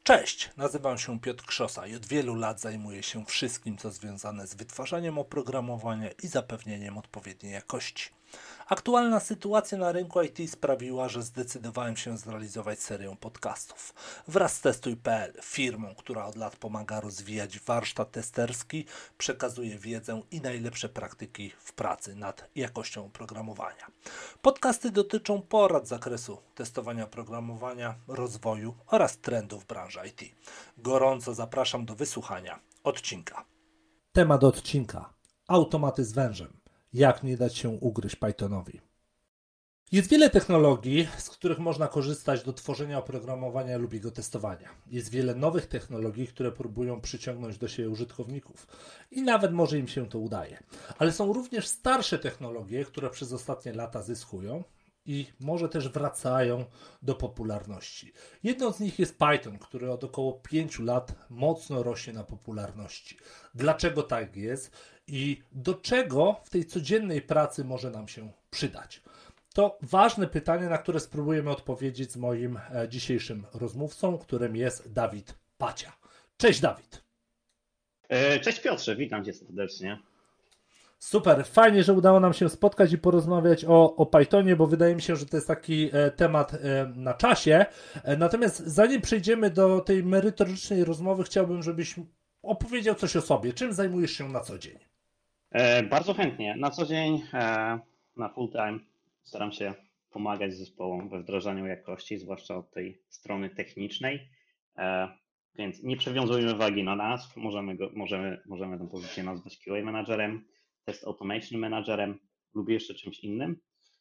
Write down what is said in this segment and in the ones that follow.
Cześć, nazywam się Piotr Krzosa i od wielu lat zajmuję się wszystkim, co związane z wytwarzaniem oprogramowania i zapewnieniem odpowiedniej jakości. Aktualna sytuacja na rynku IT sprawiła, że zdecydowałem się zrealizować serię podcastów. Wraz z Testuj.pl, firmą, która od lat pomaga rozwijać warsztat testerski, przekazuje wiedzę i najlepsze praktyki w pracy nad jakością oprogramowania. Podcasty dotyczą porad z zakresu testowania oprogramowania, rozwoju oraz trendów branży IT. Gorąco zapraszam do wysłuchania odcinka. Temat odcinka: automaty z wężem. Jak nie dać się ugryźć Pythonowi? Jest wiele technologii, z których można korzystać do tworzenia oprogramowania lub jego testowania. Jest wiele nowych technologii, które próbują przyciągnąć do siebie użytkowników i nawet może im się to udaje. Ale są również starsze technologie, które przez ostatnie lata zyskują i może też wracają do popularności. Jedną z nich jest Python, który od około 5 lat mocno rośnie na popularności. Dlaczego tak jest i do czego w tej codziennej pracy może nam się przydać? To ważne pytanie, na które spróbujemy odpowiedzieć z moim dzisiejszym rozmówcą, którym jest Dawid Pacia. Cześć Dawid. Cześć Piotrze, witam Cię serdecznie. Super, fajnie, że udało nam się spotkać i porozmawiać o Pythonie, bo wydaje mi się, że to jest taki temat na czasie. Natomiast zanim przejdziemy do tej merytorycznej rozmowy, chciałbym, żebyś opowiedział coś o sobie. Czym zajmujesz się na co dzień? Bardzo chętnie. Na co dzień, na full time staram się pomagać zespołom we wdrażaniu jakości, zwłaszcza od tej strony technicznej. Więc nie przywiązujmy wagi na nazw. Możemy tę pozycję nazwać QA managerem, test automation managerem lub jeszcze czymś innym.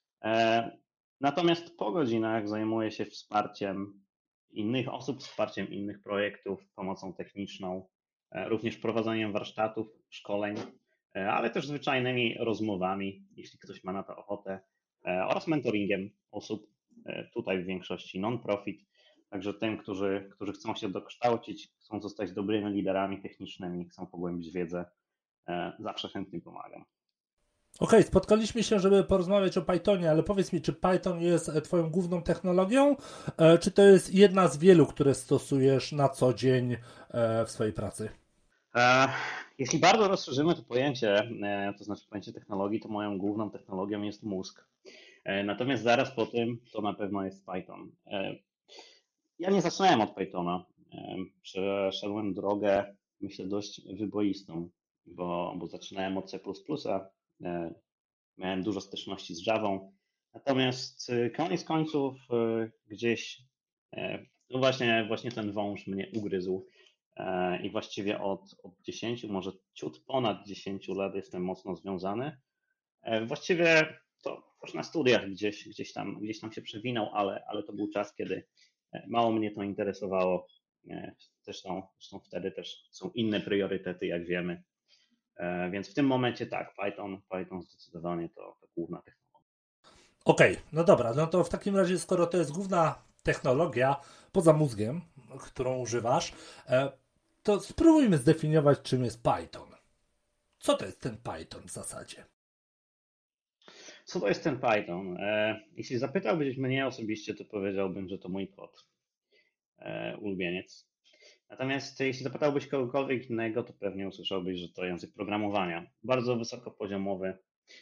Natomiast po godzinach zajmuję się wsparciem innych osób, wsparciem innych projektów, pomocą techniczną, również prowadzeniem warsztatów, szkoleń, ale też zwyczajnymi rozmowami, jeśli ktoś ma na to ochotę, oraz mentoringiem osób, tutaj w większości non-profit, także tym, którzy chcą się dokształcić, chcą zostać dobrymi liderami technicznymi, chcą pogłębić wiedzę, zawsze chętnie pomagam. Okej, spotkaliśmy się, żeby porozmawiać o Pythonie, ale powiedz mi, czy Python jest Twoją główną technologią, czy to jest jedna z wielu, które stosujesz na co dzień w swojej pracy? Jeśli bardzo rozszerzymy to pojęcie, to znaczy pojęcie technologii, to moją główną technologią jest mózg. Natomiast zaraz po tym to na pewno jest Python. Ja nie zaczynałem od Pythona. Przeszedłem drogę, myślę, dość wyboistą, bo zaczynałem od C++, miałem dużo styczności z Javą. Natomiast koniec końców gdzieś no właśnie ten wąż mnie ugryzł i właściwie od 10, może ciut ponad 10 lat jestem mocno związany. Właściwie to też na studiach gdzieś tam się przewinął, ale to był czas, kiedy mało mnie to interesowało. Zresztą wtedy też są inne priorytety, jak wiemy. Więc w tym momencie tak, Python zdecydowanie to główna technologia. Okej, no dobra, no to w takim razie, skoro to jest główna technologia poza mózgiem, którą używasz, to spróbujmy zdefiniować, czym jest Python. Co to jest ten Python w zasadzie? Co to jest ten Python? Jeśli zapytałbyś mnie osobiście, to powiedziałbym, że to mój kot, ulubieniec. Natomiast jeśli zapytałbyś kogokolwiek innego, to pewnie usłyszałbyś, że to język programowania. Bardzo wysokopoziomowy.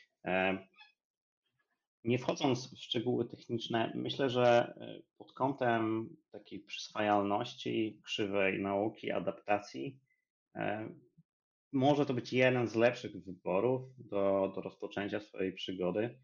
Nie wchodząc w szczegóły techniczne, myślę, że pod kątem takiej przyswajalności, krzywej nauki, adaptacji, może to być jeden z lepszych wyborów do rozpoczęcia swojej przygody.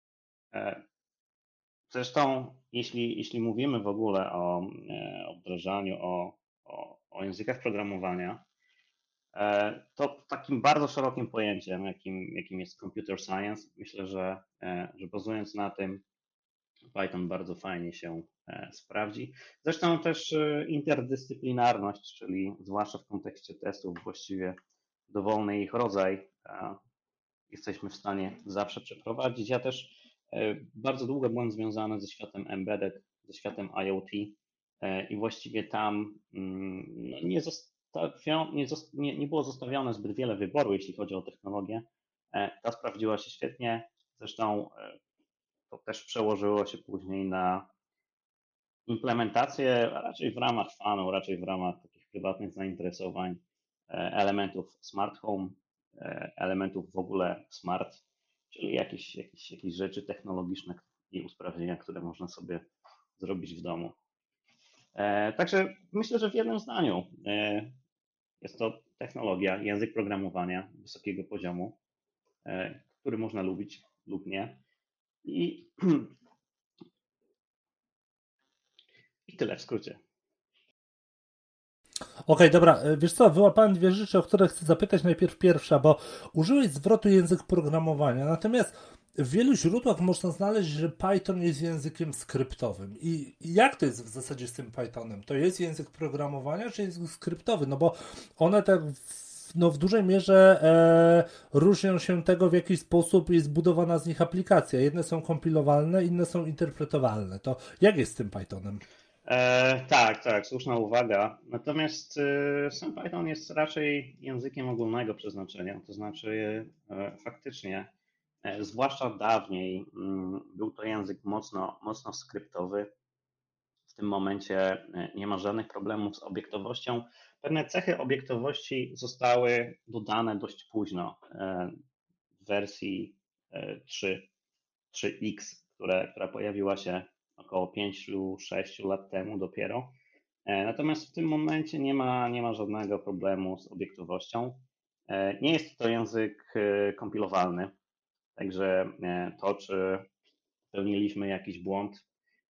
Zresztą, jeśli mówimy w ogóle o wdrażaniu, o językach programowania, to takim bardzo szerokim pojęciem, jakim jest computer science, myślę, że bazując na tym, Python bardzo fajnie się sprawdzi. Zresztą też interdyscyplinarność, czyli zwłaszcza w kontekście testów, właściwie dowolny ich rodzaj, jesteśmy w stanie zawsze przeprowadzić. Ja też bardzo długo byłem związany ze światem embedded, ze światem IoT i właściwie tam no, nie było zostawione zbyt wiele wyboru, jeśli chodzi o technologię. Ta sprawdziła się świetnie. Zresztą to też przełożyło się później implementację raczej w ramach fanu, raczej w ramach takich prywatnych zainteresowań, elementów smart home, elementów w ogóle smart, czyli jakieś rzeczy technologiczne i usprawnienia, które można sobie zrobić w domu. Także myślę, że w jednym zdaniu jest to technologia, język programowania wysokiego poziomu, który można lubić lub nie. I, i tyle w skrócie. Okej, dobra, wiesz co, wyłapałem dwie rzeczy, o które chcę zapytać. Najpierw pierwsza, bo użyłeś zwrotu język programowania, natomiast w wielu źródłach można znaleźć, że Python jest językiem skryptowym. I jak to jest w zasadzie z tym Pythonem? To jest język programowania, czy język skryptowy? No bo one tak w dużej mierze różnią się tego, w jaki sposób jest budowana z nich aplikacja. Jedne są kompilowalne, inne są interpretowalne. To jak jest z tym Pythonem? Tak, słuszna uwaga. Natomiast sam Python jest raczej językiem ogólnego przeznaczenia. To znaczy, faktycznie, zwłaszcza dawniej, był to język mocno skryptowy. W tym momencie nie ma żadnych problemów z obiektowością. Pewne cechy obiektowości zostały dodane dość późno w wersji 3, 3X, która pojawiła się około 5-6 lat temu dopiero. Natomiast w tym momencie nie ma żadnego problemu z obiektowością. Nie jest to język kompilowalny, także to, czy popełniliśmy jakiś błąd,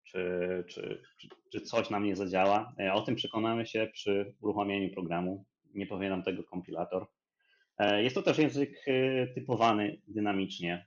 czy coś nam nie zadziała, o tym przekonamy się przy uruchomieniu programu. Nie powie nam tego kompilator. Jest to też język typowany dynamicznie,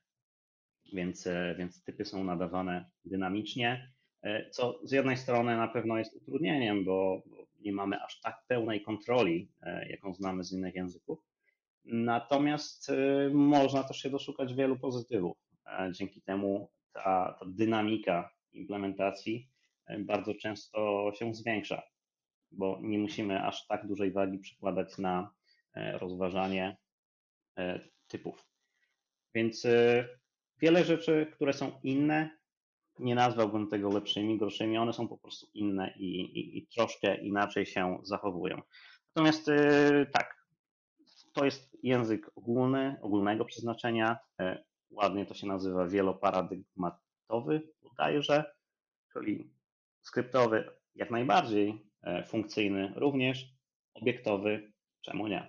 więc typy są nadawane dynamicznie, co z jednej strony na pewno jest utrudnieniem, bo nie mamy aż tak pełnej kontroli, jaką znamy z innych języków. Natomiast można też się doszukać wielu pozytywów. Dzięki temu ta dynamika implementacji bardzo często się zwiększa, bo nie musimy aż tak dużej wagi przykładać na rozważanie typów. Więc wiele rzeczy, które są inne, nie nazwałbym tego lepszymi, gorszymi, one są po prostu inne i troszkę inaczej się zachowują. Natomiast tak, to jest język ogólnego przeznaczenia. Ładnie to się nazywa wieloparadygmatowy, bodajże, czyli skryptowy jak najbardziej, funkcyjny również, obiektowy, czemu nie?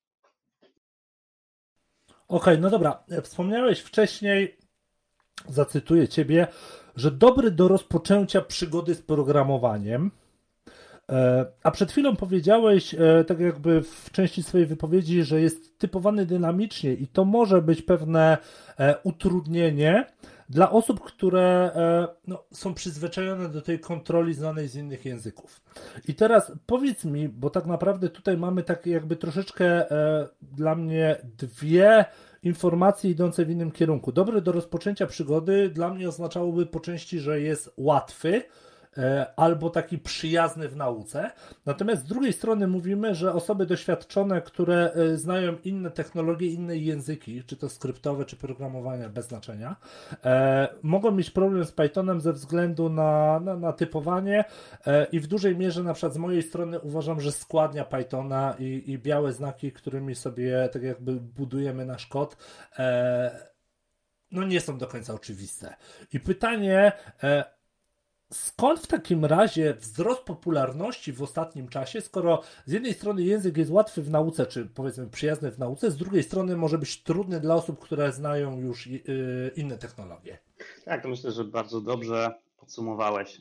Okej, no dobra. Wspomniałeś wcześniej, zacytuję ciebie, że dobry do rozpoczęcia przygody z programowaniem. A przed chwilą powiedziałeś, tak jakby w części swojej wypowiedzi, że jest typowany dynamicznie i to może być pewne utrudnienie dla osób, które no, są przyzwyczajone do tej kontroli znanej z innych języków. I teraz powiedz mi, bo tak naprawdę tutaj mamy tak jakby troszeczkę dla mnie dwie informacje idące w innym kierunku. Dobry do rozpoczęcia przygody dla mnie oznaczałoby po części, że jest łatwy, albo taki przyjazny w nauce. Natomiast z drugiej strony mówimy, że osoby doświadczone, które znają inne technologie, inne języki, czy to skryptowe, czy programowania, bez znaczenia, mogą mieć problem z Pythonem ze względu na typowanie i w dużej mierze na przykład z mojej strony uważam, że składnia Pythona i białe znaki, którymi sobie tak jakby budujemy nasz kod, no nie są do końca oczywiste. I pytanie, skąd w takim razie wzrost popularności w ostatnim czasie, skoro z jednej strony język jest łatwy w nauce, czy powiedzmy przyjazny w nauce, z drugiej strony może być trudny dla osób, które znają już inne technologie? Tak, to myślę, że bardzo dobrze podsumowałeś.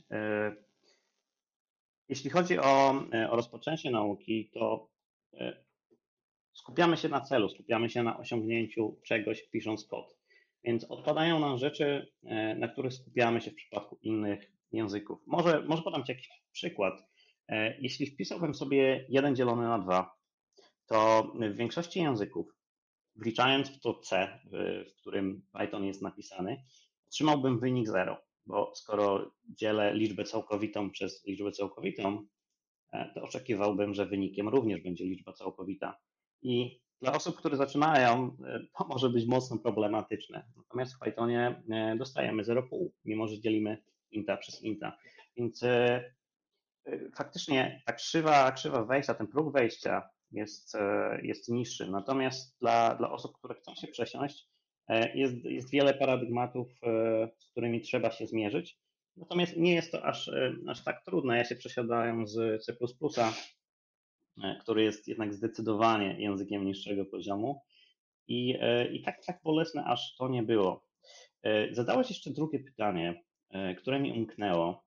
Jeśli chodzi o rozpoczęcie nauki, to skupiamy się na celu, skupiamy się na osiągnięciu czegoś, pisząc kod. Więc odpadają nam rzeczy, na których skupiamy się w przypadku innych języków. Może podam Ci jakiś przykład. Jeśli wpisałbym sobie 1 dzielone na 2, to w większości języków, wliczając w to C, w którym Python jest napisany, otrzymałbym wynik 0, bo skoro dzielę liczbę całkowitą przez liczbę całkowitą, to oczekiwałbym, że wynikiem również będzie liczba całkowita. I dla osób, które zaczynają, to może być mocno problematyczne. Natomiast w Pythonie dostajemy 0,5, mimo że dzielimy inta przez inta. Więc faktycznie ta krzywa wejścia, ten próg wejścia jest niższy. Natomiast dla osób, które chcą się przesiąść, jest wiele paradygmatów, z którymi trzeba się zmierzyć. Natomiast nie jest to aż tak trudne. Ja się przesiadałem z C++, który jest jednak zdecydowanie językiem niższego poziomu i tak bolesne aż to nie było. Zadałeś jeszcze drugie pytanie, które mi umknęło.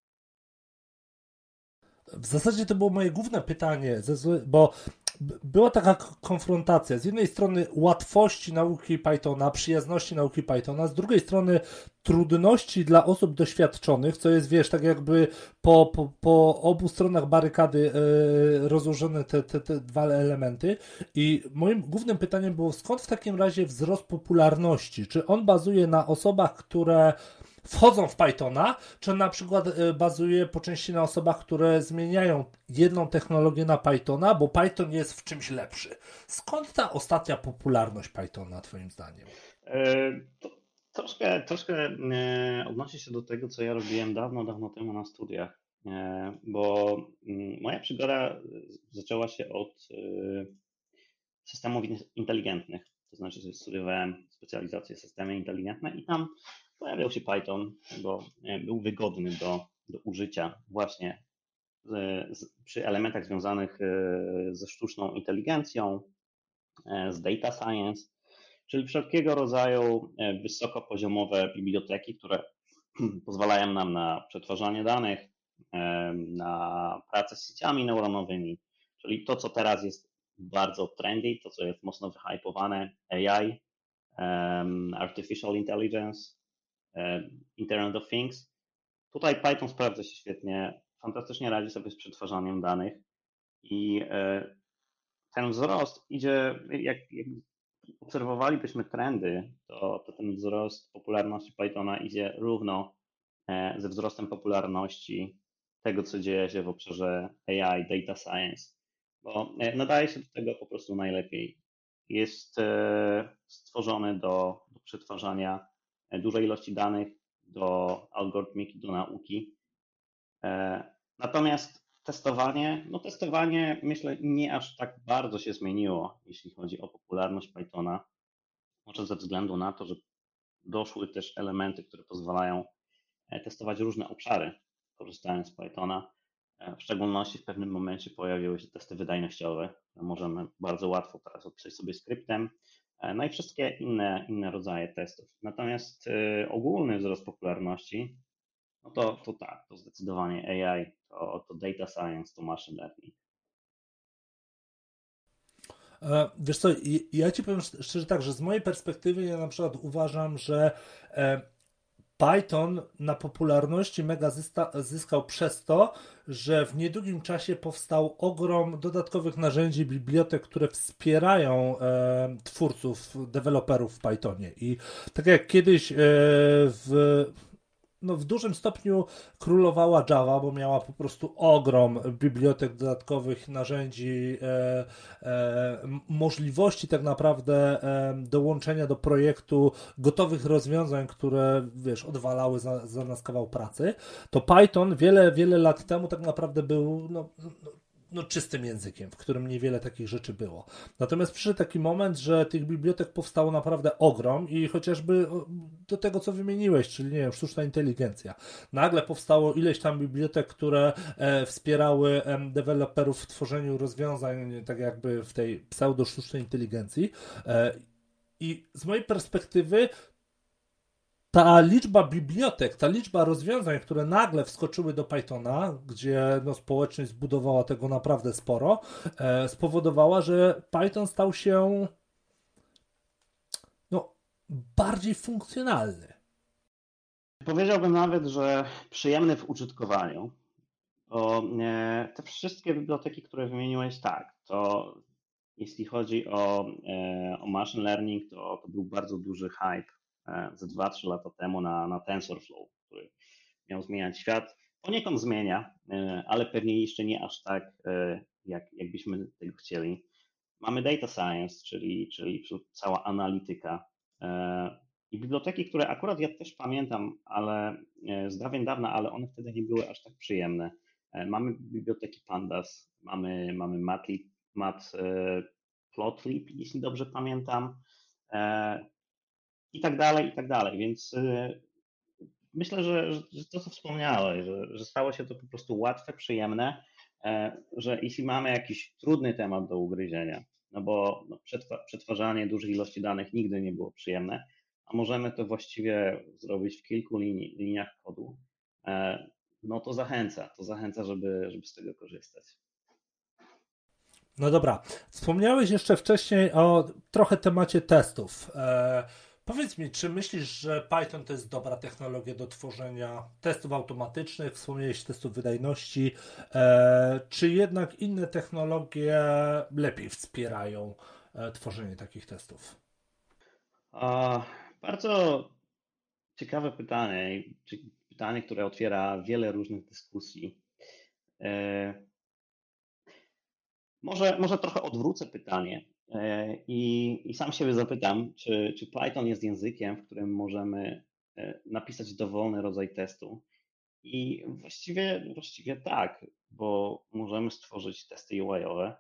W zasadzie to było moje główne pytanie, bo była taka konfrontacja. Z jednej strony łatwości nauki Pythona, przyjazności nauki Pythona, z drugiej strony trudności dla osób doświadczonych, co jest, wiesz, tak jakby po obu stronach barykady rozłożone te dwa elementy. I moim głównym pytaniem było, skąd w takim razie wzrost popularności? Czy on bazuje na osobach, które wchodzą w Pythona, czy na przykład bazuje po części na osobach, które zmieniają jedną technologię na Pythona, bo Python jest w czymś lepszy. Skąd ta ostatnia popularność Pythona, twoim zdaniem? To troszkę odnosi się do tego, co ja robiłem dawno temu na studiach, bo moja przygoda zaczęła się od systemów inteligentnych. To znaczy, że studiowałem specjalizację systemy inteligentne i tam pojawiał się Python, bo był wygodny do użycia właśnie przy elementach związanych ze sztuczną inteligencją, z data science, czyli wszelkiego rodzaju wysokopoziomowe biblioteki, które pozwalają nam na przetwarzanie danych, na pracę z sieciami neuronowymi, czyli to, co teraz jest bardzo trendy, to, co jest mocno wyhypowane, AI, Artificial Intelligence, Internet of Things. Tutaj Python sprawdza się świetnie, fantastycznie radzi sobie z przetwarzaniem danych i ten wzrost idzie, jak obserwowalibyśmy trendy, to ten wzrost popularności Pythona idzie równo ze wzrostem popularności tego, co dzieje się w obszarze AI, data science, bo nadaje się do tego po prostu najlepiej. Jest stworzony do przetwarzania dużej ilości danych, do algorytmiki, do nauki. Natomiast testowanie myślę nie aż tak bardzo się zmieniło, jeśli chodzi o popularność Pythona. Może ze względu na to, że doszły też elementy, które pozwalają testować różne obszary, korzystając z Pythona. W szczególności w pewnym momencie pojawiły się testy wydajnościowe, które możemy bardzo łatwo teraz odpisać sobie skryptem, no i wszystkie inne rodzaje testów. Natomiast ogólny wzrost popularności, no to tak, to zdecydowanie AI, to data science, to machine learning. Wiesz co, ja ci powiem szczerze tak, że z mojej perspektywy ja na przykład uważam, że Python na popularności mega zyskał przez to, że w niedługim czasie powstał ogrom dodatkowych narzędzi, bibliotek, które wspierają twórców, deweloperów w Pythonie. I tak jak kiedyś w dużym stopniu królowała Java, bo miała po prostu ogrom bibliotek dodatkowych narzędzi, możliwości tak naprawdę dołączenia do projektu gotowych rozwiązań, które, wiesz, odwalały za nas kawał pracy, to Python wiele lat temu tak naprawdę był czystym językiem, w którym niewiele takich rzeczy było. Natomiast przyszedł taki moment, że tych bibliotek powstało naprawdę ogrom i chociażby do tego, co wymieniłeś, czyli nie wiem, sztuczna inteligencja. Nagle powstało ileś tam bibliotek, które wspierały deweloperów w tworzeniu rozwiązań, tak jakby w tej pseudo-sztucznej inteligencji. I z mojej perspektywy ta liczba bibliotek, ta liczba rozwiązań, które nagle wskoczyły do Pythona, gdzie społeczność zbudowała tego naprawdę sporo, spowodowała, że Python stał się bardziej funkcjonalny. Powiedziałbym nawet, że przyjemny w użytkowaniu. Bo te wszystkie biblioteki, które wymieniłeś, tak, to jeśli chodzi o machine learning, to był bardzo duży hype ze 2-3 lata temu na TensorFlow, który miał zmieniać świat. Poniekąd zmienia, ale pewnie jeszcze nie aż tak, jakbyśmy tego chcieli. Mamy data science, czyli cała analityka. I biblioteki, które akurat ja też pamiętam, ale z dawien dawna, ale one wtedy nie były aż tak przyjemne. Mamy biblioteki Pandas, mamy Matplotlib, jeśli dobrze pamiętam, i tak dalej, i tak dalej. Więc myślę, że to, co wspomniałeś, że stało się to po prostu łatwe, przyjemne, że jeśli mamy jakiś trudny temat do ugryzienia, no bo przetwarzanie dużej ilości danych nigdy nie było przyjemne, a możemy to właściwie zrobić w kilku liniach kodu, no to zachęca, żeby z tego korzystać. No dobra, wspomniałeś jeszcze wcześniej o trochę temacie testów. Powiedz mi, czy myślisz, że Python to jest dobra technologia do tworzenia testów automatycznych? Wspomniałeś testów wydajności. Czy jednak inne technologie lepiej wspierają tworzenie takich testów? Bardzo ciekawe pytanie, pytanie, które otwiera wiele różnych dyskusji. Może trochę odwrócę pytanie i sam siebie zapytam, czy Python jest językiem, w którym możemy napisać dowolny rodzaj testu. I właściwie tak, bo możemy stworzyć testy UI-owe.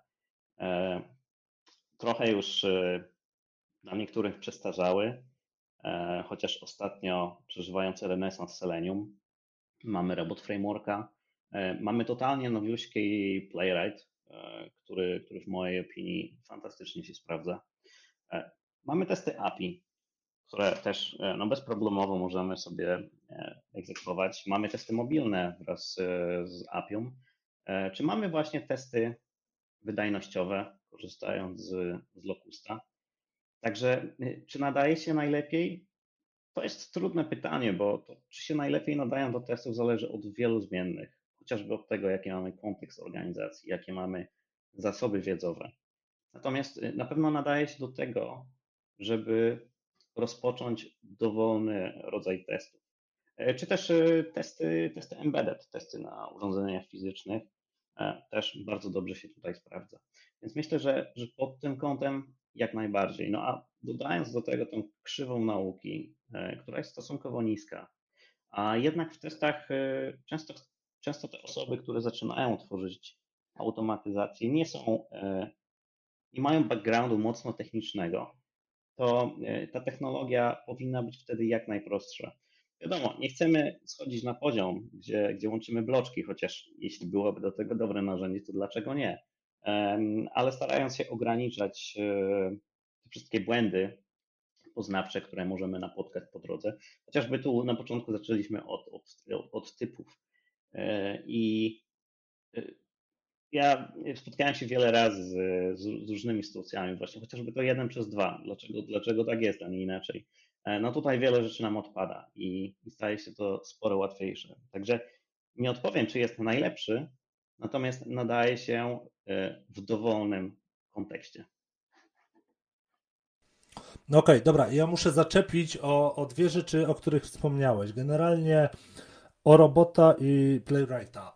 Trochę już dla niektórych przestarzały, chociaż ostatnio przeżywający renesans Selenium. Mamy Robot Frameworka, mamy totalnie nowiuśki Playwright, który w mojej opinii fantastycznie się sprawdza. Mamy testy API, które też no, bezproblemowo możemy sobie egzekwować. Mamy testy mobilne wraz z API-ą, czy mamy właśnie testy wydajnościowe, korzystając z Locusta. Także czy nadaje się najlepiej? To jest trudne pytanie, bo to, czy się najlepiej nadają do testów, zależy od wielu zmiennych, chociażby od tego, jaki mamy kontekst organizacji, jakie mamy zasoby wiedzowe. Natomiast na pewno nadaje się do tego, żeby rozpocząć dowolny rodzaj testów. Czy też testy embedded, testy na urządzeniach fizycznych też bardzo dobrze się tutaj sprawdza. Więc myślę, że pod tym kątem jak najbardziej. No a dodając do tego tą krzywą nauki, która jest stosunkowo niska, a jednak w testach często te osoby, które zaczynają tworzyć automatyzację, nie mają backgroundu mocno technicznego, to ta technologia powinna być wtedy jak najprostsza. Wiadomo, nie chcemy schodzić na poziom, gdzie łączymy bloczki, chociaż jeśli byłoby do tego dobre narzędzie, to dlaczego nie? Ale starając się ograniczać te wszystkie błędy poznawcze, które możemy napotkać po drodze. Chociażby tu na początku zaczęliśmy od typów. I ja spotkałem się wiele razy z różnymi sytuacjami, właśnie chociażby to 1/2. Dlaczego tak jest, a nie inaczej? No tutaj wiele rzeczy nam odpada i staje się to sporo łatwiejsze. Także nie odpowiem, czy jest najlepszy, natomiast nadaje się w dowolnym kontekście. No okej, dobra, ja muszę zaczepić o dwie rzeczy, o których wspomniałeś. Generalnie o robota i Playwrighta.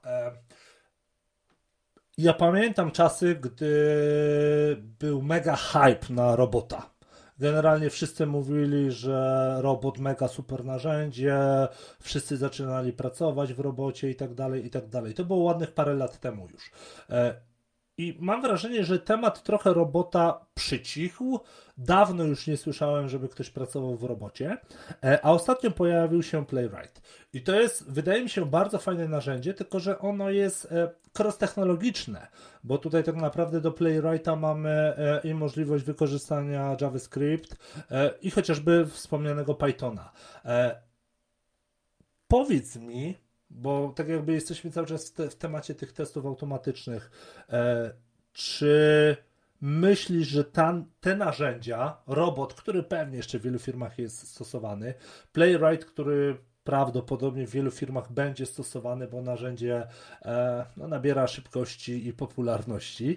Ja pamiętam czasy, gdy był mega hype na robota. Generalnie wszyscy mówili, że robot mega super narzędzie, wszyscy zaczynali pracować w robocie i tak dalej, i tak dalej. To było ładnych parę lat temu już. I mam wrażenie, że temat trochę robota przycichł. Dawno już nie słyszałem, żeby ktoś pracował w robocie, a ostatnio pojawił się Playwright. I to jest, wydaje mi się, bardzo fajne narzędzie, tylko że ono jest cross-technologiczne, bo tutaj tak naprawdę do Playwrighta mamy i możliwość wykorzystania JavaScript i chociażby wspomnianego Pythona. Powiedz mi, bo tak jakby jesteśmy cały czas w temacie tych testów automatycznych, czy myślisz, że te narzędzia, robot, który pewnie jeszcze w wielu firmach jest stosowany, Playwright, który prawdopodobnie w wielu firmach będzie stosowany, bo narzędzie nabiera szybkości i popularności,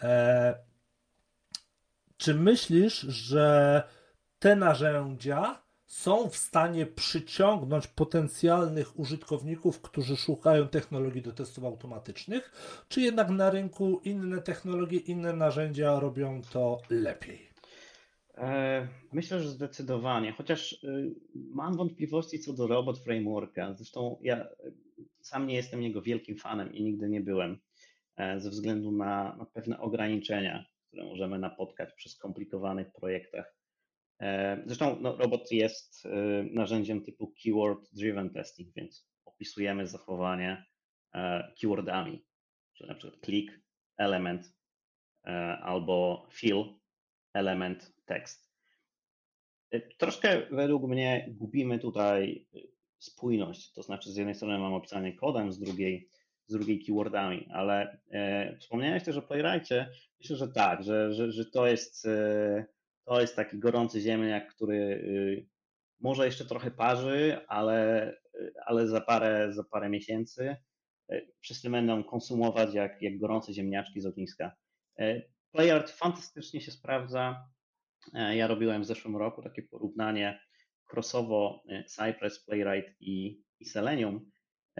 czy myślisz, że te narzędzia są w stanie przyciągnąć potencjalnych użytkowników, którzy szukają technologii do testów automatycznych, czy jednak na rynku inne technologie, inne narzędzia robią to lepiej? Myślę, że zdecydowanie, chociaż mam wątpliwości co do Robot Frameworka. Zresztą ja sam nie jestem jego wielkim fanem i nigdy nie byłem, ze względu na pewne ograniczenia, które możemy napotkać przy skomplikowanych projektach. Zresztą no, robot jest narzędziem typu Keyword Driven Testing, więc opisujemy zachowanie keywordami, czyli na przykład click, element albo fill, element, tekst. Troszkę według mnie gubimy tutaj spójność, to znaczy z jednej strony mamy opisanie kodem, z drugiej keywordami, ale wspomniałeś też o Playwrightie. Myślę, że tak, że to jest taki gorący ziemniak, który może jeszcze trochę parzy, ale za parę miesięcy wszyscy będą konsumować jak gorące ziemniaczki z ogniska. Playwright fantastycznie się sprawdza. Ja robiłem w zeszłym roku takie porównanie crossowo Cypress, Playwright i Selenium.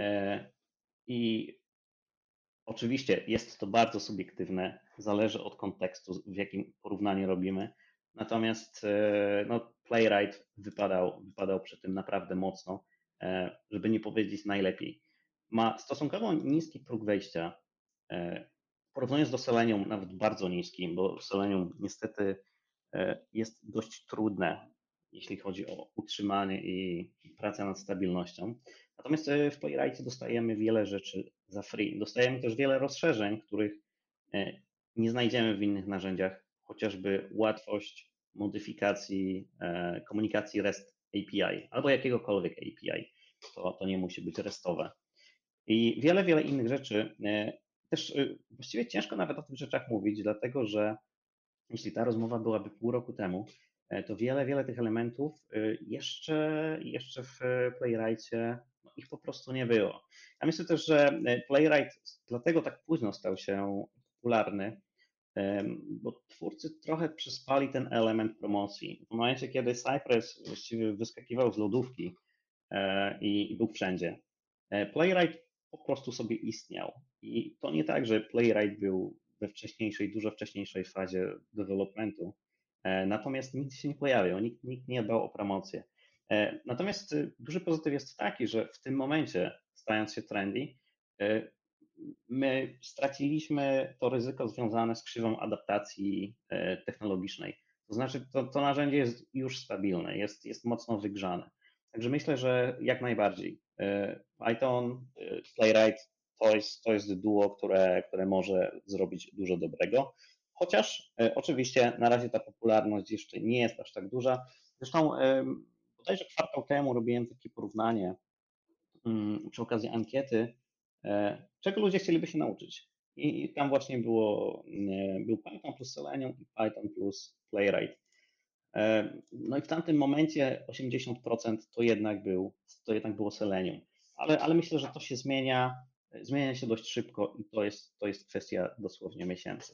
I oczywiście jest to bardzo subiektywne, zależy od kontekstu, w jakim porównaniu robimy. Natomiast no, Playwright wypadał przy tym naprawdę mocno, żeby nie powiedzieć najlepiej. Ma stosunkowo niski próg wejścia, porównując do Selenium nawet bardzo niski, bo Selenium niestety jest dość trudne, jeśli chodzi o utrzymanie i pracę nad stabilnością. Natomiast w Playwrightie dostajemy wiele rzeczy za free. Dostajemy też wiele rozszerzeń, których nie znajdziemy w innych narzędziach, chociażby łatwość modyfikacji komunikacji REST API albo jakiegokolwiek API. To nie musi być restowe. I wiele innych rzeczy. Też właściwie ciężko nawet o tych rzeczach mówić, dlatego że jeśli ta rozmowa byłaby pół roku temu, to wiele tych elementów jeszcze w Playwrightie no, ich po prostu nie było. Ja myślę też, że Playwright dlatego tak późno stał się popularny, bo twórcy trochę przyspali ten element promocji. W momencie, kiedy Cypress właściwie wyskakiwał z lodówki i był wszędzie, Playwright po prostu sobie istniał. I to nie tak, że Playwright był we wcześniejszej, dużo wcześniejszej fazie developmentu, natomiast nigdy się nie pojawiał, nikt nie dbał o promocję. Natomiast duży pozytyw jest taki, że w tym momencie, stając się trendy, my straciliśmy to ryzyko związane z krzywą adaptacji technologicznej. To znaczy, to narzędzie jest już stabilne, jest mocno wygrzane. Także myślę, że jak najbardziej. Python, Playwright to jest duo, które może zrobić dużo dobrego. Chociaż oczywiście na razie ta popularność jeszcze nie jest aż tak duża. Zresztą bodajże kwartał temu robiłem takie porównanie przy okazji ankiety, czego ludzie chcieliby się nauczyć. I tam właśnie był Python plus Selenium i Python plus Playwright. No i w tamtym momencie 80% to jednak było Selenium. Ale myślę, że to się zmienia się dość szybko i to jest kwestia dosłownie miesięcy.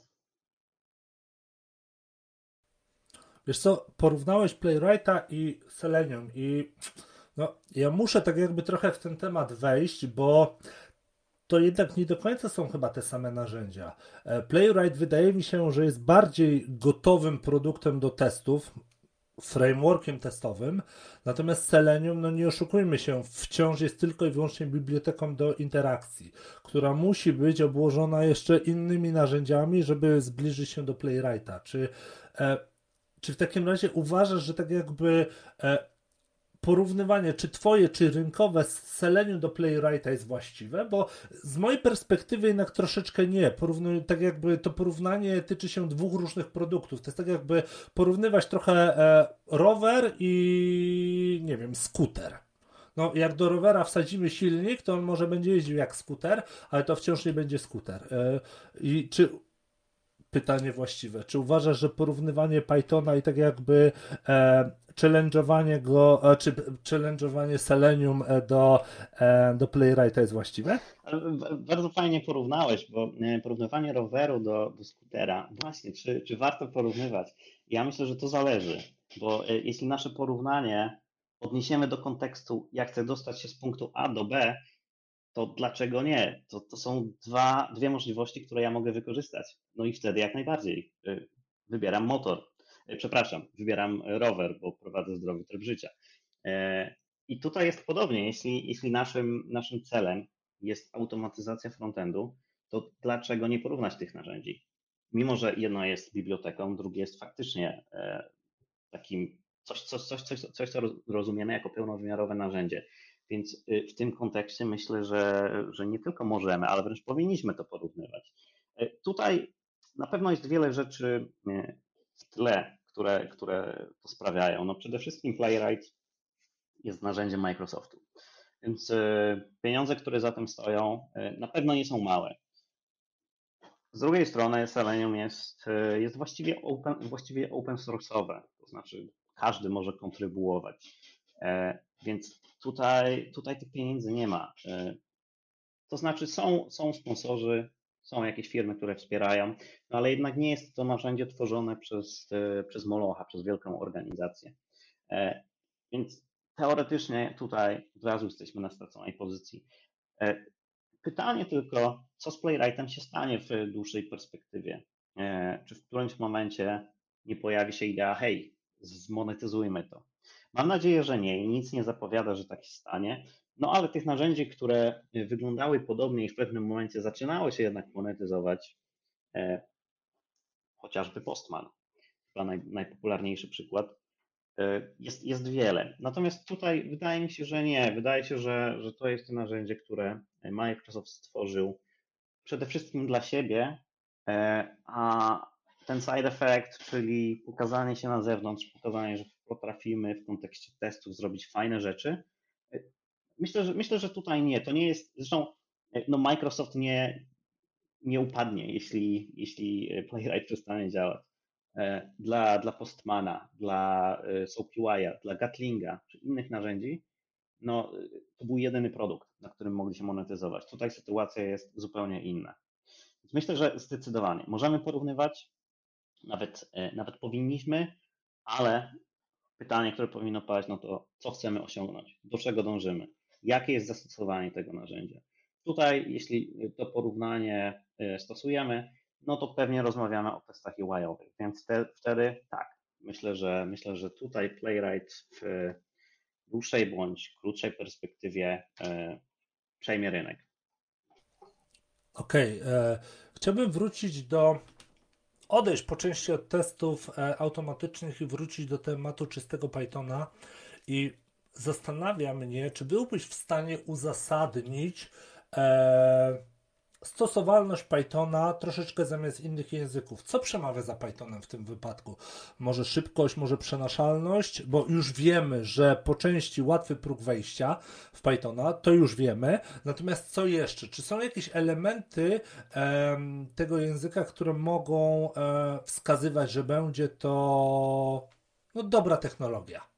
Wiesz co, porównałeś Playwrighta i Selenium i no, ja muszę tak jakby trochę w ten temat wejść, bo to jednak nie do końca są chyba te same narzędzia. Playwright wydaje mi się, że jest bardziej gotowym produktem do testów, frameworkiem testowym, natomiast Selenium, no nie oszukujmy się, wciąż jest tylko i wyłącznie biblioteką do interakcji, która musi być obłożona jeszcze innymi narzędziami, żeby zbliżyć się do Playwrighta. Czy w takim razie uważasz, że tak jakby porównywanie, czy twoje, czy rynkowe z Selenium do Playwrighta jest właściwe? Bo z mojej perspektywy jednak troszeczkę nie. Tak jakby to porównanie tyczy się dwóch różnych produktów. To jest tak jakby porównywać trochę rower i nie wiem, skuter. No, jak do rowera wsadzimy silnik, to on może będzie jeździł jak skuter, ale to wciąż nie będzie skuter. I czy pytanie właściwe. Czy uważasz, że porównywanie Pythona i tak jakby challenge'owanie go, czy challenge'owanie Selenium do Playwrighta jest właściwe? Ale bardzo fajnie porównałeś, bo porównywanie roweru do skutera, właśnie, czy warto porównywać? Ja myślę, że to zależy, bo jeśli nasze porównanie odniesiemy do kontekstu, jak chcę dostać się z punktu A do B, to dlaczego nie? To są dwie możliwości, które ja mogę wykorzystać. No i wtedy jak najbardziej wybieram motor. wybieram rower, bo prowadzę zdrowy tryb życia. I tutaj jest podobnie, jeśli naszym celem jest automatyzacja frontendu, to dlaczego nie porównać tych narzędzi? Mimo że jedno jest biblioteką, drugie jest faktycznie takim coś, co rozumiemy jako pełnowymiarowe narzędzie. Więc w tym kontekście myślę, że nie tylko możemy, ale wręcz powinniśmy to porównywać. Tutaj na pewno jest wiele rzeczy w tle, które to sprawiają. No przede wszystkim Playwright jest narzędziem Microsoftu. Więc pieniądze, które za tym stoją, na pewno nie są małe. Z drugiej strony Selenium jest właściwie open source'owe, to znaczy każdy może kontrybuować. Więc tutaj tych pieniędzy nie ma. To znaczy są sponsorzy, są jakieś firmy, które wspierają, no ale jednak nie jest to narzędzie tworzone przez Molocha, przez wielką organizację. Więc teoretycznie tutaj od razu jesteśmy na straconej pozycji. Pytanie tylko, co z Playwrightem się stanie w dłuższej perspektywie? Czy w którymś momencie nie pojawi się idea, hej, zmonetyzujmy to? Mam nadzieję, że nie i nic nie zapowiada, że tak się stanie. No ale tych narzędzi, które wyglądały podobnie i w pewnym momencie zaczynało się jednak monetyzować, chociażby Postman, chyba najpopularniejszy przykład, jest wiele. Natomiast tutaj wydaje mi się, że nie. Wydaje się, że to jest to narzędzie, które Microsoft stworzył przede wszystkim dla siebie, a ten side effect, czyli pokazanie się na zewnątrz, pokazanie, że potrafimy w kontekście testów zrobić fajne rzeczy, myślę, że tutaj nie. To nie jest, zresztą no Microsoft nie upadnie, jeśli Playwright przestanie działać. Dla Postmana, dla SoapUI'a, dla Gatlinga czy innych narzędzi, no to był jedyny produkt, na którym mogli się monetyzować. Tutaj sytuacja jest zupełnie inna. Więc myślę, że zdecydowanie możemy porównywać, nawet powinniśmy, ale pytanie, które powinno paść, no to co chcemy osiągnąć, do czego dążymy, jakie jest zastosowanie tego narzędzia. Tutaj, jeśli to porównanie stosujemy, no to pewnie rozmawiamy o testach UI-owych, więc wtedy tak, myślę, że tutaj Playwright w dłuższej bądź krótszej perspektywie przejmie rynek. Okej, chciałbym odejść po części od testów automatycznych i wrócić do tematu czystego Pythona i zastanawia mnie, czy byłbyś w stanie uzasadnić stosowalność Pythona troszeczkę zamiast innych języków. Co przemawia za Pythonem w tym wypadku? Może szybkość, może przenaszalność, bo już wiemy, że po części łatwy próg wejścia w Pythona, to już wiemy. Natomiast co jeszcze? Czy są jakieś elementy tego języka, które mogą wskazywać, że będzie to dobra technologia?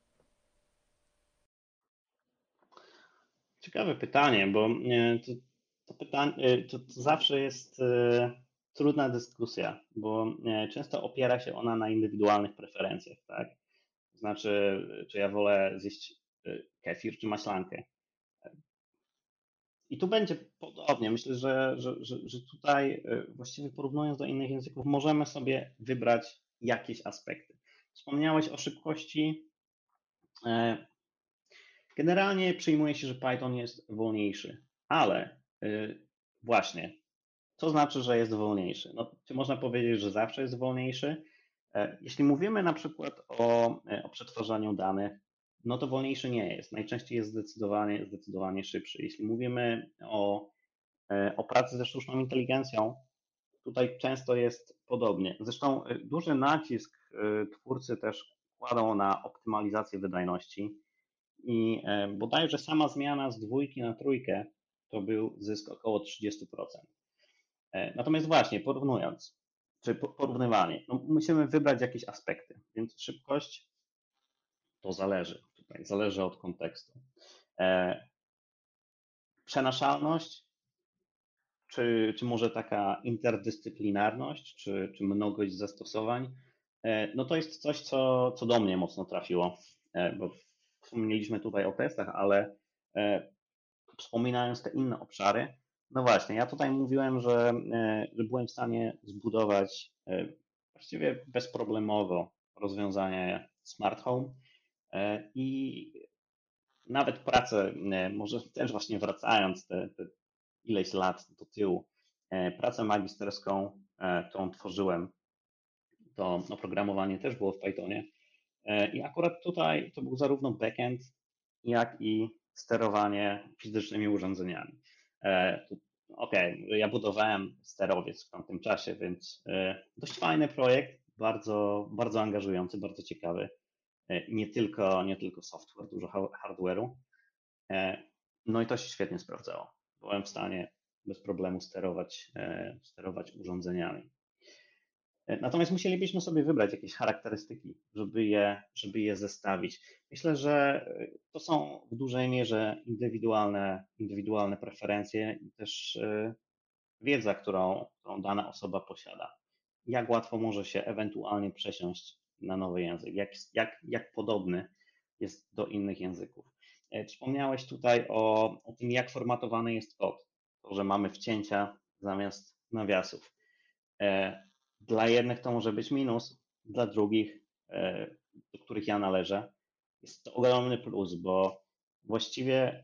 Ciekawe pytanie, bo to pytanie to zawsze jest trudna dyskusja, bo często opiera się ona na indywidualnych preferencjach, tak? Znaczy, czy ja wolę zjeść kefir czy maślankę. I tu będzie podobnie. Myślę, że tutaj właściwie porównując do innych języków, możemy sobie wybrać jakieś aspekty. Wspomniałeś o szybkości. Generalnie przyjmuje się, że Python jest wolniejszy, ale właśnie, co znaczy, że jest wolniejszy? No, czy można powiedzieć, że zawsze jest wolniejszy? Jeśli mówimy na przykład o przetwarzaniu danych, no to wolniejszy nie jest. Najczęściej jest zdecydowanie szybszy. Jeśli mówimy o pracy ze sztuczną inteligencją, tutaj często jest podobnie. Zresztą duży nacisk twórcy też kładą na optymalizację wydajności i bodajże sama zmiana z 2 na 3 to był zysk około 30%. Natomiast właśnie porównując, czy porównywanie, no musimy wybrać jakieś aspekty, więc szybkość to zależy od kontekstu. Przenaszalność, czy może taka interdyscyplinarność, czy mnogość zastosowań, no to jest coś, co do mnie mocno trafiło, bo wspomnieliśmy tutaj o testach, ale wspominając te inne obszary, no właśnie, ja tutaj mówiłem, że byłem w stanie zbudować właściwie bezproblemowo rozwiązanie Smart Home i nawet pracę, może też właśnie wracając te ileś lat do tyłu, pracę magisterską, którą tworzyłem, to oprogramowanie też było w Pythonie. I akurat tutaj to był zarówno backend, jak i sterowanie fizycznymi urządzeniami. Ja budowałem sterowiec w tamtym czasie, więc dość fajny projekt, bardzo, bardzo angażujący, bardzo ciekawy. Nie tylko software, dużo hardware'u. No i to się świetnie sprawdzało. Byłem w stanie bez problemu sterować urządzeniami. Natomiast musielibyśmy sobie wybrać jakieś charakterystyki, żeby je zestawić. Myślę, że to są w dużej mierze indywidualne preferencje i też wiedza, którą dana osoba posiada. Jak łatwo może się ewentualnie przesiąść na nowy język, jak podobny jest do innych języków. Wspomniałeś tutaj o tym, jak formatowany jest kod, to, że mamy wcięcia zamiast nawiasów. Dla jednych to może być minus, dla drugich, do których ja należę, jest to ogromny plus, bo właściwie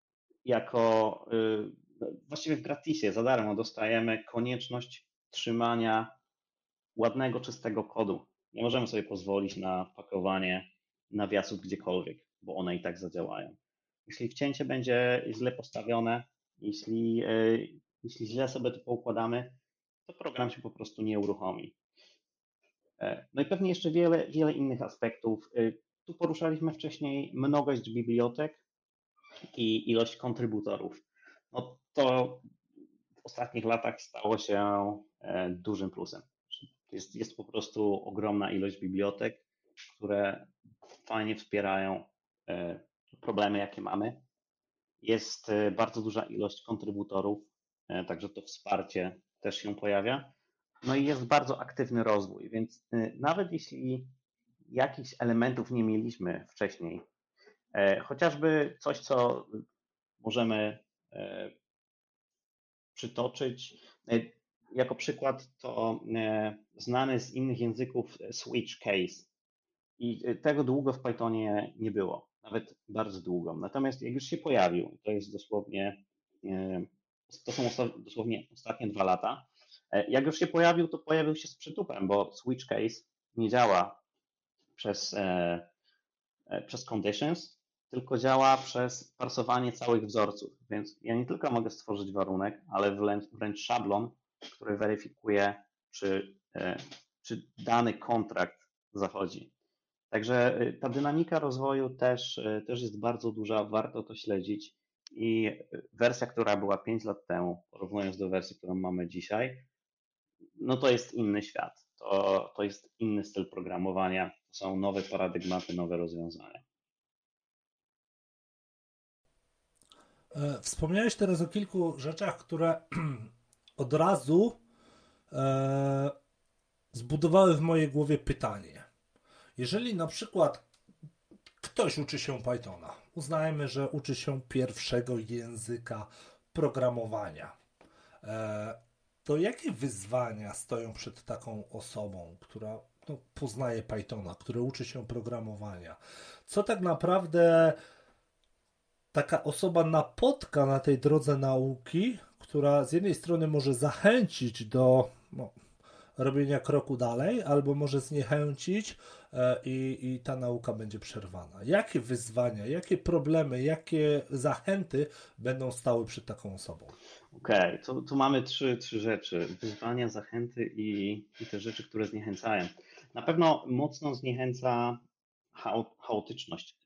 właściwie w gratisie, za darmo dostajemy konieczność trzymania ładnego, czystego kodu. Nie możemy sobie pozwolić na pakowanie nawiasów gdziekolwiek, bo one i tak zadziałają. Jeśli wcięcie będzie źle postawione, jeśli źle sobie to poukładamy, to program się po prostu nie uruchomi. No i pewnie jeszcze wiele, wiele innych aspektów. Tu poruszaliśmy wcześniej mnogość bibliotek i ilość kontrybutorów. No to w ostatnich latach stało się dużym plusem. Jest po prostu ogromna ilość bibliotek, które fajnie wspierają problemy, jakie mamy. Jest bardzo duża ilość kontrybutorów, także to wsparcie też się pojawia. No i jest bardzo aktywny rozwój, więc nawet jeśli jakichś elementów nie mieliśmy wcześniej, chociażby coś, co możemy przytoczyć, jako przykład to znany z innych języków switch case. I tego długo w Pythonie nie było, nawet bardzo długo. Natomiast jak już się pojawił, to są dosłownie ostatnie 2 lata, jak już się pojawił, to pojawił się z przytupem, bo switch case nie działa przez conditions, tylko działa przez parsowanie całych wzorców. Więc ja nie tylko mogę stworzyć warunek, ale wręcz szablon, który weryfikuje, czy dany kontrakt zachodzi. Także ta dynamika rozwoju też jest bardzo duża, warto to śledzić. I wersja, która była 5 lat temu, porównując do wersji, którą mamy dzisiaj, no to jest inny świat. To jest inny styl programowania, to są nowe paradygmaty, nowe rozwiązania. Wspomniałeś teraz o kilku rzeczach, które od razu zbudowały w mojej głowie pytanie. Jeżeli na przykład ktoś uczy się Pythona, uznajmy, że uczy się pierwszego języka programowania, to jakie wyzwania stoją przed taką osobą, która poznaje Pythona, która uczy się programowania? Co tak naprawdę taka osoba napotka na tej drodze nauki, która z jednej strony może zachęcić do robienia kroku dalej, albo może zniechęcić i ta nauka będzie przerwana. Jakie wyzwania, jakie problemy, jakie zachęty będą stały przed taką osobą? Okej, tu mamy trzy rzeczy. Wyzwania, zachęty i te rzeczy, które zniechęcają. Na pewno mocno zniechęca chaotyczność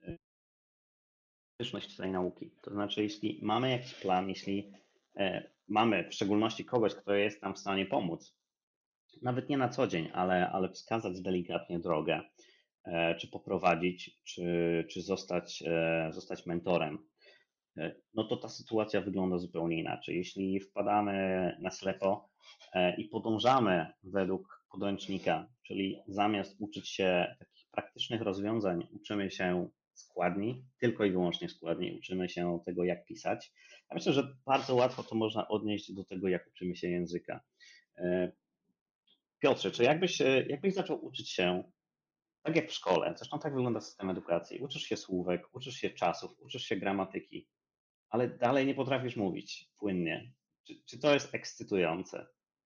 tej nauki. To znaczy, jeśli mamy jakiś plan, jeśli mamy w szczególności kogoś, kto jest nam w stanie pomóc, nawet nie na co dzień, ale wskazać delikatnie drogę, czy poprowadzić, czy zostać mentorem, no to ta sytuacja wygląda zupełnie inaczej. Jeśli wpadamy na ślepo i podążamy według podręcznika, czyli zamiast uczyć się takich praktycznych rozwiązań, uczymy się składni, tylko i wyłącznie składni, uczymy się tego, jak pisać. Ja myślę, że bardzo łatwo to można odnieść do tego, jak uczymy się języka. Piotrze, czy jakbyś zaczął uczyć się tak jak w szkole, zresztą tak wygląda system edukacji. Uczysz się słówek, uczysz się czasów, uczysz się gramatyki, ale dalej nie potrafisz mówić płynnie. Czy to jest ekscytujące?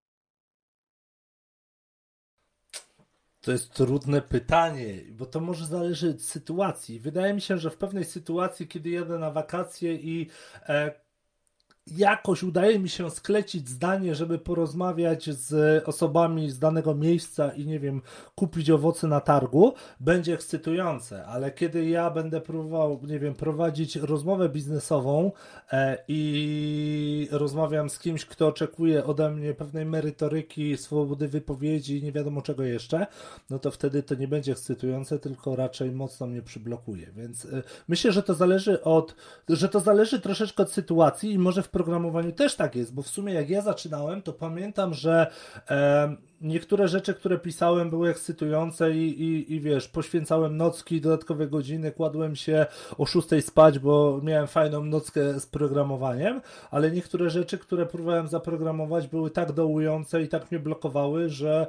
To jest trudne pytanie, bo to może zależeć od sytuacji. Wydaje mi się, że w pewnej sytuacji, kiedy jadę na wakacje i jakoś udaje mi się sklecić zdanie, żeby porozmawiać z osobami z danego miejsca i nie wiem, kupić owoce na targu, będzie ekscytujące, ale kiedy ja będę próbował, nie wiem, prowadzić rozmowę biznesową i rozmawiam z kimś, kto oczekuje ode mnie pewnej merytoryki, swobody wypowiedzi i nie wiadomo czego jeszcze, no to wtedy to nie będzie ekscytujące, tylko raczej mocno mnie przyblokuje. Więc myślę, że to zależy troszeczkę od sytuacji i może w programowaniu też tak jest, bo w sumie jak ja zaczynałem, to pamiętam, że niektóre rzeczy, które pisałem, były ekscytujące i wiesz, poświęcałem nocki, dodatkowe godziny, kładłem się o 6 spać, bo miałem fajną nockę z programowaniem, ale niektóre rzeczy, które próbowałem zaprogramować, były tak dołujące i tak mnie blokowały, że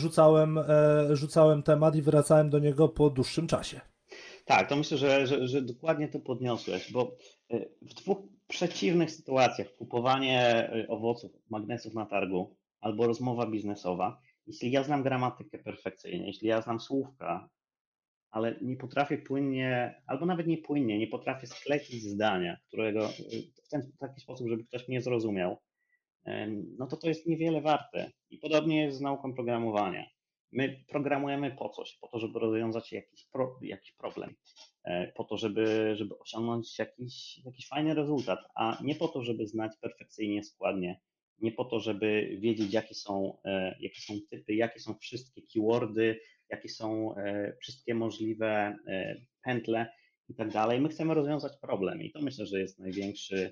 rzucałem temat i wracałem do niego po dłuższym czasie. Tak, to myślę, że dokładnie to podniosłeś, bo w dwóch przeciwnych sytuacjach, kupowanie owoców, magnesów na targu albo rozmowa biznesowa, jeśli ja znam gramatykę perfekcyjnie, jeśli ja znam słówka, ale nie potrafię płynnie, albo nawet nie płynnie, nie potrafię sklecić zdania, którego w taki sposób, żeby ktoś mnie zrozumiał, no to to jest niewiele warte. I podobnie jest z nauką programowania. My programujemy po coś, po to, żeby rozwiązać jakiś problem, po to, żeby osiągnąć jakiś fajny rezultat, a nie po to, żeby znać perfekcyjnie składnie, nie po to, żeby wiedzieć, jakie są typy, jakie są wszystkie keywordy, jakie są wszystkie możliwe pętle i tak dalej. My chcemy rozwiązać problem i to myślę, że jest największy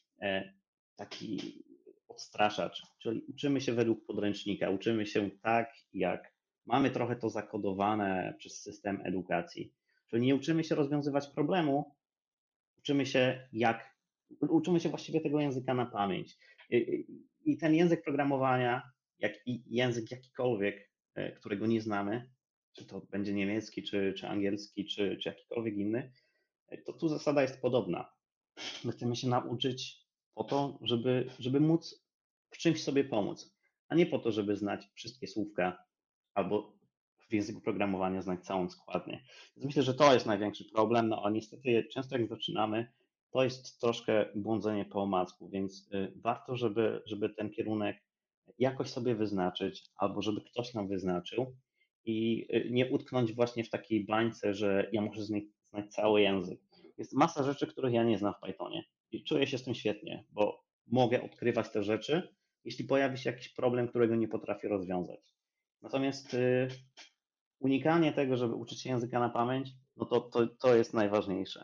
taki odstraszacz, czyli uczymy się według podręcznika, uczymy się tak, jak mamy trochę to zakodowane przez system edukacji. Czyli nie uczymy się rozwiązywać problemu, uczymy się uczymy się właściwie tego języka na pamięć. I ten język programowania, jak i język jakikolwiek, którego nie znamy, czy to będzie niemiecki, czy angielski, czy jakikolwiek inny, to tu zasada jest podobna. My chcemy się nauczyć po to, żeby móc w czymś sobie pomóc, a nie po to, żeby znać wszystkie słówka albo w języku programowania znać całą składnię. Więc myślę, że to jest największy problem, no a niestety często jak zaczynamy, to jest troszkę błądzenie po omacku, więc warto, żeby ten kierunek jakoś sobie wyznaczyć, albo żeby ktoś nam wyznaczył i nie utknąć właśnie w takiej bańce, że ja muszę znać cały język. Jest masa rzeczy, których ja nie znam w Pythonie i czuję się z tym świetnie, bo mogę odkrywać te rzeczy, jeśli pojawi się jakiś problem, którego nie potrafię rozwiązać. Natomiast unikanie tego, żeby uczyć się języka na pamięć, no to jest najważniejsze.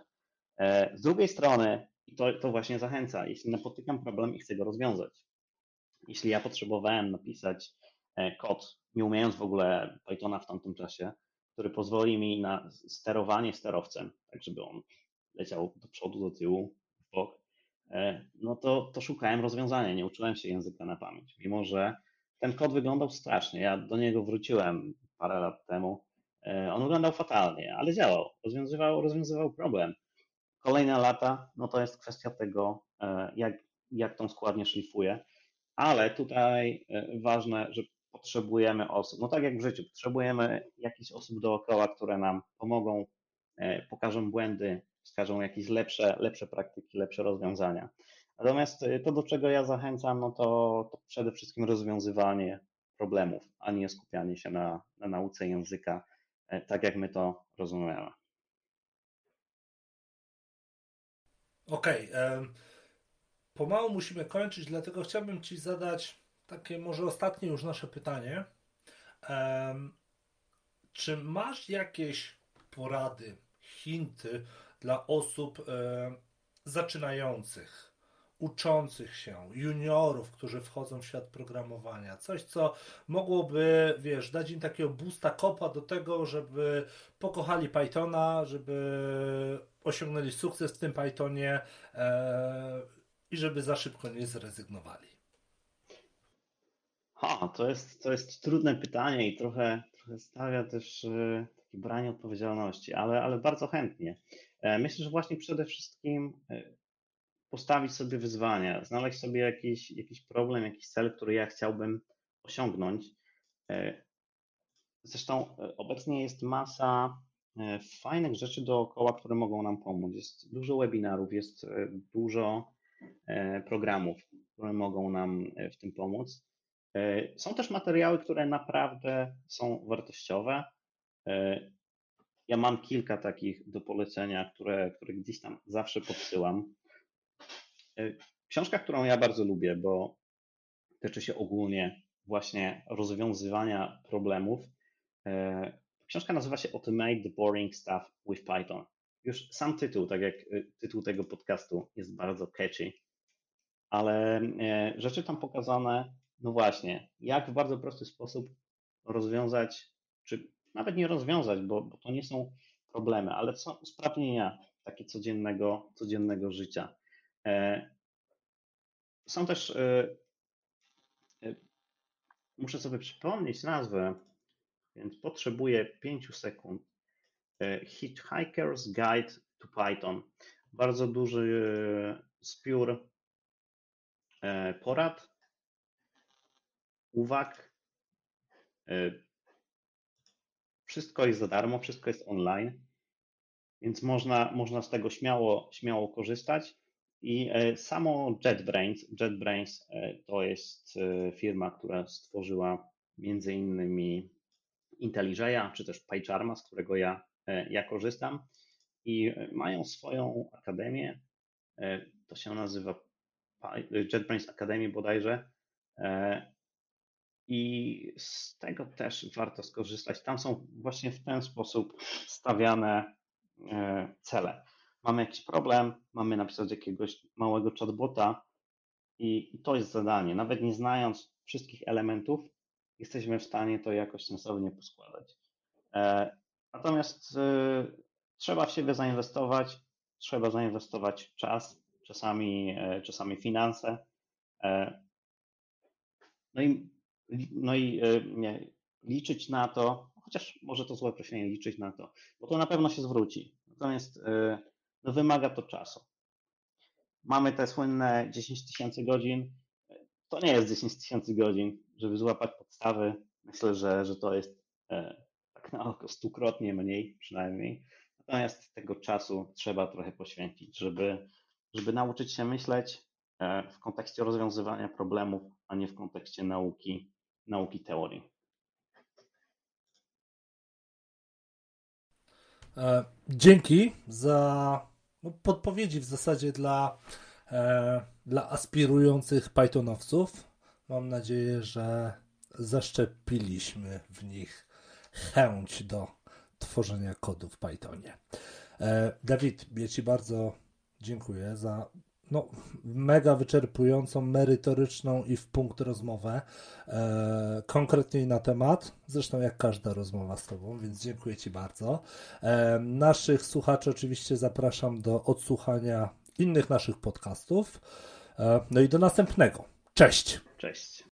Z drugiej strony, i to właśnie zachęca, jeśli napotykam problem i chcę go rozwiązać. Jeśli ja potrzebowałem napisać kod, nie umiejąc w ogóle Pythona w tamtym czasie, który pozwoli mi na sterowanie sterowcem, tak żeby on leciał do przodu, do tyłu, w bok, no to szukałem rozwiązania, nie uczyłem się języka na pamięć, mimo że ten kod wyglądał strasznie. Ja do niego wróciłem parę lat temu. On wyglądał fatalnie, ale działał, rozwiązywał problem. Kolejne lata, no to jest kwestia tego, jak tą składnię szlifuję, ale tutaj ważne, że potrzebujemy osób, no tak jak w życiu, potrzebujemy jakichś osób dookoła, które nam pomogą, pokażą błędy, wskażą jakieś lepsze praktyki, lepsze rozwiązania. Natomiast to, do czego ja zachęcam, no to przede wszystkim rozwiązywanie problemów, a nie skupianie się na nauce języka, tak jak my to rozumiemy. Okej, pomału musimy kończyć, dlatego chciałbym Ci zadać takie może ostatnie już nasze pytanie. Em, Czy masz jakieś porady, hinty dla osób zaczynających, uczących się, juniorów, którzy wchodzą w świat programowania? Coś, co mogłoby, wiesz, dać im takiego boosta, kopa do tego, żeby pokochali Pythona, żeby osiągnęli sukces w tym Pythonie i żeby za szybko nie zrezygnowali. To jest trudne pytanie i trochę stawia też takie branie odpowiedzialności, ale bardzo chętnie. Myślę, że właśnie przede wszystkim postawić sobie wyzwania, znaleźć sobie jakiś problem, jakiś cel, który ja chciałbym osiągnąć. E, Zresztą obecnie jest masa fajnych rzeczy dookoła, które mogą nam pomóc. Jest dużo webinarów, jest dużo programów, które mogą nam w tym pomóc. Są też materiały, które naprawdę są wartościowe. Ja mam kilka takich do polecenia, które gdzieś tam zawsze podsyłam. Książka, którą ja bardzo lubię, bo tyczy się ogólnie właśnie rozwiązywania problemów. Książka nazywa się Automate the Boring Stuff with Python. Już sam tytuł, tak jak tytuł tego podcastu, jest bardzo catchy, ale rzeczy tam pokazane, no właśnie, jak w bardzo prosty sposób rozwiązać, czy nawet nie rozwiązać, bo to nie są problemy, ale są usprawnienia takie codziennego życia. Są też, muszę sobie przypomnieć nazwę, więc potrzebuję 5 sekund. Hitchhiker's Guide to Python. Bardzo duży zbiór porad, uwag. Wszystko jest za darmo, wszystko jest online, więc można z tego śmiało korzystać. I samo JetBrains to jest firma, która stworzyła między innymi IntelliJ'a, czy też PyCharma, z którego ja korzystam. I mają swoją akademię, to się nazywa JetBrains Academy bodajże. I z tego też warto skorzystać. Tam są właśnie w ten sposób stawiane cele. Mamy jakiś problem, mamy napisać jakiegoś małego chatbota i to jest zadanie. Nawet nie znając wszystkich elementów, jesteśmy w stanie to jakoś sensownie poskładać. Natomiast trzeba w siebie zainwestować, trzeba zainwestować czas, czasami finanse. No i liczyć na to, chociaż może to złe określenie, liczyć na to, bo to na pewno się zwróci. Natomiast no, wymaga to czasu. Mamy te słynne 10 000 godzin. To nie jest 10 000 godzin, żeby złapać podstawy. Myślę, że to jest tak na oko 100-krotnie mniej przynajmniej. Natomiast tego czasu trzeba trochę poświęcić, żeby nauczyć się myśleć w kontekście rozwiązywania problemów, a nie w kontekście nauki teorii. Dzięki za podpowiedzi w zasadzie dla aspirujących Pythonowców. Mam nadzieję, że zaszczepiliśmy w nich chęć do tworzenia kodu w Pythonie. Dawid, ja Ci bardzo dziękuję za mega wyczerpującą, merytoryczną i w punkt rozmowę, konkretniej na temat, zresztą jak każda rozmowa z Tobą, więc dziękuję Ci bardzo. Naszych słuchaczy oczywiście zapraszam do odsłuchania innych naszych podcastów, no i do następnego. Cześć! Cześć!